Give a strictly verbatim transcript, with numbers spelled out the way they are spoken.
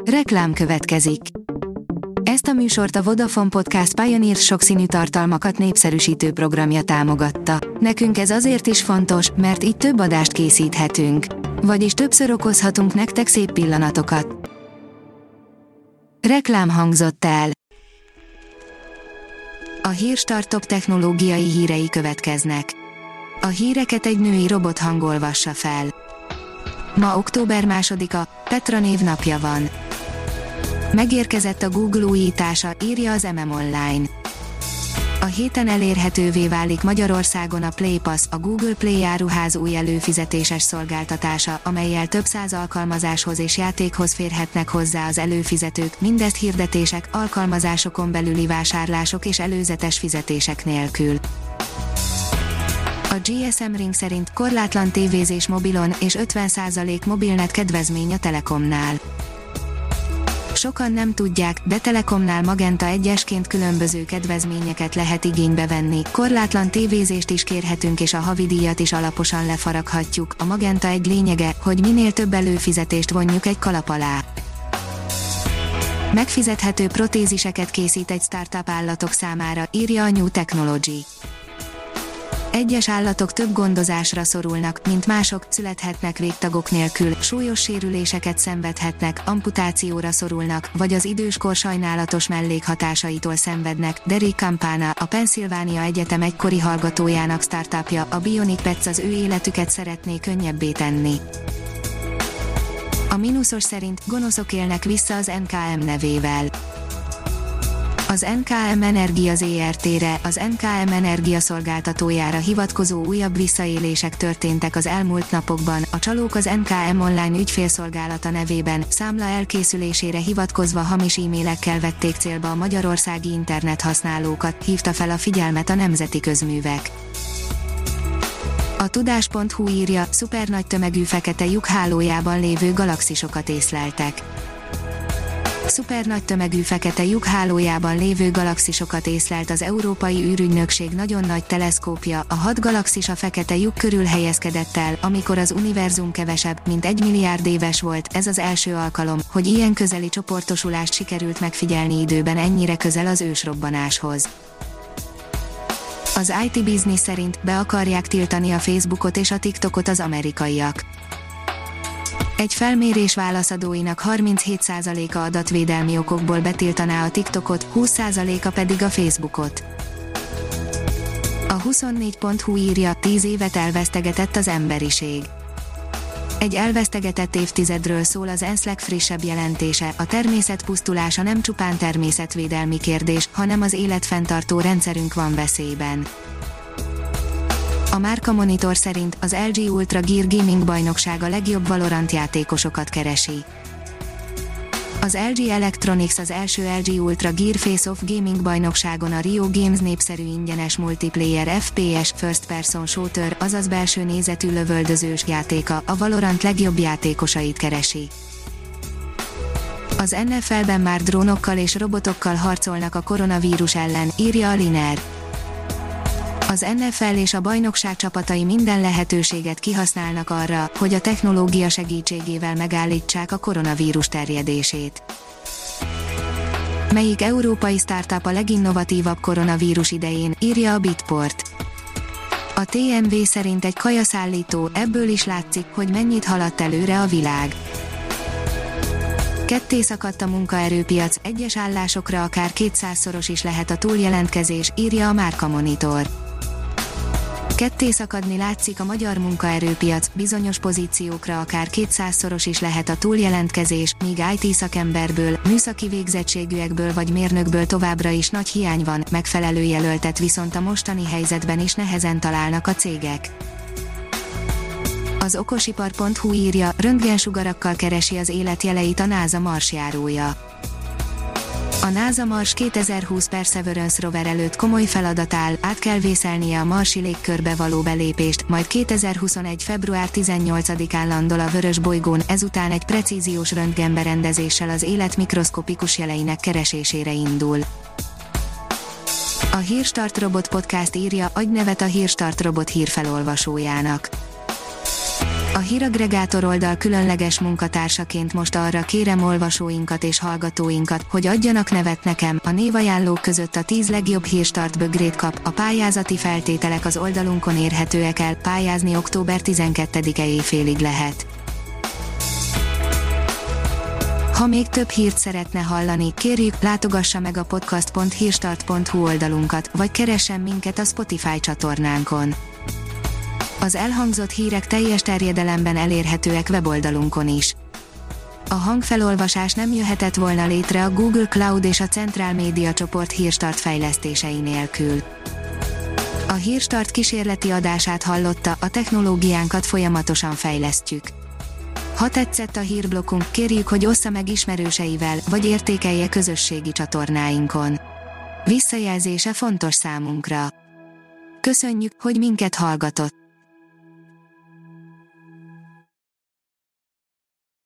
Reklám következik. Ezt a műsort a Vodafone Podcast Pioneer sokszínű tartalmakat népszerűsítő programja támogatta. Nekünk ez azért is fontos, mert így több adást készíthetünk. Vagyis többször okozhatunk nektek szép pillanatokat. Reklám hangzott el. A Hírstart top technológiai hírei következnek. A híreket egy női robot hangolvassa fel. Ma október másodika, Petra névnapja van. Megérkezett a Google újítása, írja az em em Online. A héten elérhetővé válik Magyarországon a Play Pass, a Google Play áruház új előfizetéses szolgáltatása, amellyel több száz alkalmazáshoz és játékhoz férhetnek hozzá az előfizetők, mindezt hirdetések, alkalmazásokon belüli vásárlások és előzetes fizetések nélkül. A gé es em Ring szerint korlátlan tévézés mobilon és ötven százalék mobilnet kedvezmény a Telekomnál. Sokan nem tudják, de Telekomnál Magenta egyesként különböző kedvezményeket lehet igénybe venni, korlátlan tévézést is kérhetünk és a havidíjat is alaposan lefaraghatjuk. A Magenta egy lényege, hogy minél több előfizetést vonjuk egy kalap alá. Megfizethető protéziseket készít egy startup állatok számára, írja a New Technology. Egyes állatok több gondozásra szorulnak, mint mások, születhetnek végtagok nélkül, súlyos sérüléseket szenvedhetnek, amputációra szorulnak, vagy az időskor sajnálatos mellékhatásaitól szenvednek. Derek Campana, a Pennsylvania Egyetem egykori hallgatójának startupja, a Bionic Pets az ő életüket szeretné könnyebbé tenni. A mínuszos szerint gonoszok élnek vissza az en ká em nevével. Az en ká em Energia zé er té-re, az en ká em Energia szolgáltatójára hivatkozó újabb visszaélések történtek az elmúlt napokban. A csalók az en ká em Online ügyfélszolgálata nevében, számla elkészülésére hivatkozva hamis e-mailekkel vették célba a magyarországi internethasználókat, hívta fel a figyelmet a Nemzeti Közművek. A tudás pont hu írja, szupernagy tömegű fekete lyuk hálójában lévő galaxisokat észleltek. Szupernagy tömegű fekete lyuk hálójában lévő galaxisokat észlelt az Európai űrügynökség nagyon nagy teleszkópja, a hat galaxis a fekete lyuk körül helyezkedett el, amikor az univerzum kevesebb, mint egy milliárd éves volt. Ez az első alkalom, hogy ilyen közeli csoportosulást sikerült megfigyelni időben ennyire közel az ősrobbanáshoz. Az i té Business szerint be akarják tiltani a Facebookot és a TikTokot az amerikaiak. Egy felmérés válaszadóinak harminchét százaléka adatvédelmi okokból betiltaná a TikTokot, húsz százaléka pedig a Facebookot. A huszonnégy pont hu írja, tíz évet elvesztegetett az emberiség. Egy elvesztegetett évtizedről szól az ENSZ legfrissebb jelentése, a természet pusztulása nem csupán természetvédelmi kérdés, hanem az életfenntartó rendszerünk van veszélyben. A Márka Monitor szerint az el gé Ultra Gear Gaming bajnokság a legjobb Valorant játékosokat keresi. Az el gé Electronics az első el gé Ultra Gear Face-Off Gaming bajnokságon a Rio Games népszerű ingyenes multiplayer ef pé es First Person Shooter, azaz belső nézetű lövöldözős játéka, a Valorant legjobb játékosait keresi. Az en ef el-ben már drónokkal és robotokkal harcolnak a koronavírus ellen, írja a Liner. Az en ef el és a bajnokság csapatai minden lehetőséget kihasználnak arra, hogy a technológia segítségével megállítsák a koronavírus terjedését. Melyik európai startup a leginnovatívabb koronavírus idején, írja a Bitport. A té en vé szerint egy kajaszállító, ebből is látszik, hogy mennyit haladt előre a világ. Ketté szakadt a munkaerőpiac, egyes állásokra akár kétszázszoros is lehet a túljelentkezés, írja a Márka Monitor. Ketté szakadni látszik a magyar munkaerőpiac, bizonyos pozíciókra akár kétszázszoros is lehet a túljelentkezés, míg i té szakemberből, műszaki végzettségűekből vagy mérnökből továbbra is nagy hiány van, megfelelő jelöltet viszont a mostani helyzetben is nehezen találnak a cégek. Az okosipar pont hu írja, röntgensugarakkal keresi az élet jeleit a NASA marsjárója. A NASA Mars kétezer-húsz Perseverance rover előtt komoly feladat áll, át kell vészelnie a marsi légkörbe való belépést, majd kétezer-huszonegy február tizennyolcadikán landol a vörös bolygón, ezután egy precíziós röntgenberendezéssel az élet mikroszkopikus jeleinek keresésére indul. A Hírstart Robot Podcast írja, adj nevet a Hírstart Robot hírfelolvasójának. A híraggregátor oldal különleges munkatársaként most arra kérem olvasóinkat és hallgatóinkat, hogy adjanak nevet nekem. A névajánlók között a tíz legjobb hírstart bögrét kap. A pályázati feltételek az oldalunkon érhetőek el, pályázni október tizenkettedike éjfélig lehet. Ha még több hírt szeretne hallani, kérjük, látogassa meg a podcast pont hírstart pont hu oldalunkat, vagy keressen minket a Spotify csatornánkon. Az elhangzott hírek teljes terjedelemben elérhetőek weboldalunkon is. A hangfelolvasás nem jöhetett volna létre a Google Cloud és a Centrál Média csoport Hírstart fejlesztései nélkül. A Hírstart kísérleti adását hallotta, a technológiánkat folyamatosan fejlesztjük. Ha tetszett a hírblokkunk, kérjük, hogy ossza meg ismerőseivel, vagy értékelje közösségi csatornáinkon. Visszajelzése fontos számunkra. Köszönjük, hogy minket hallgatott!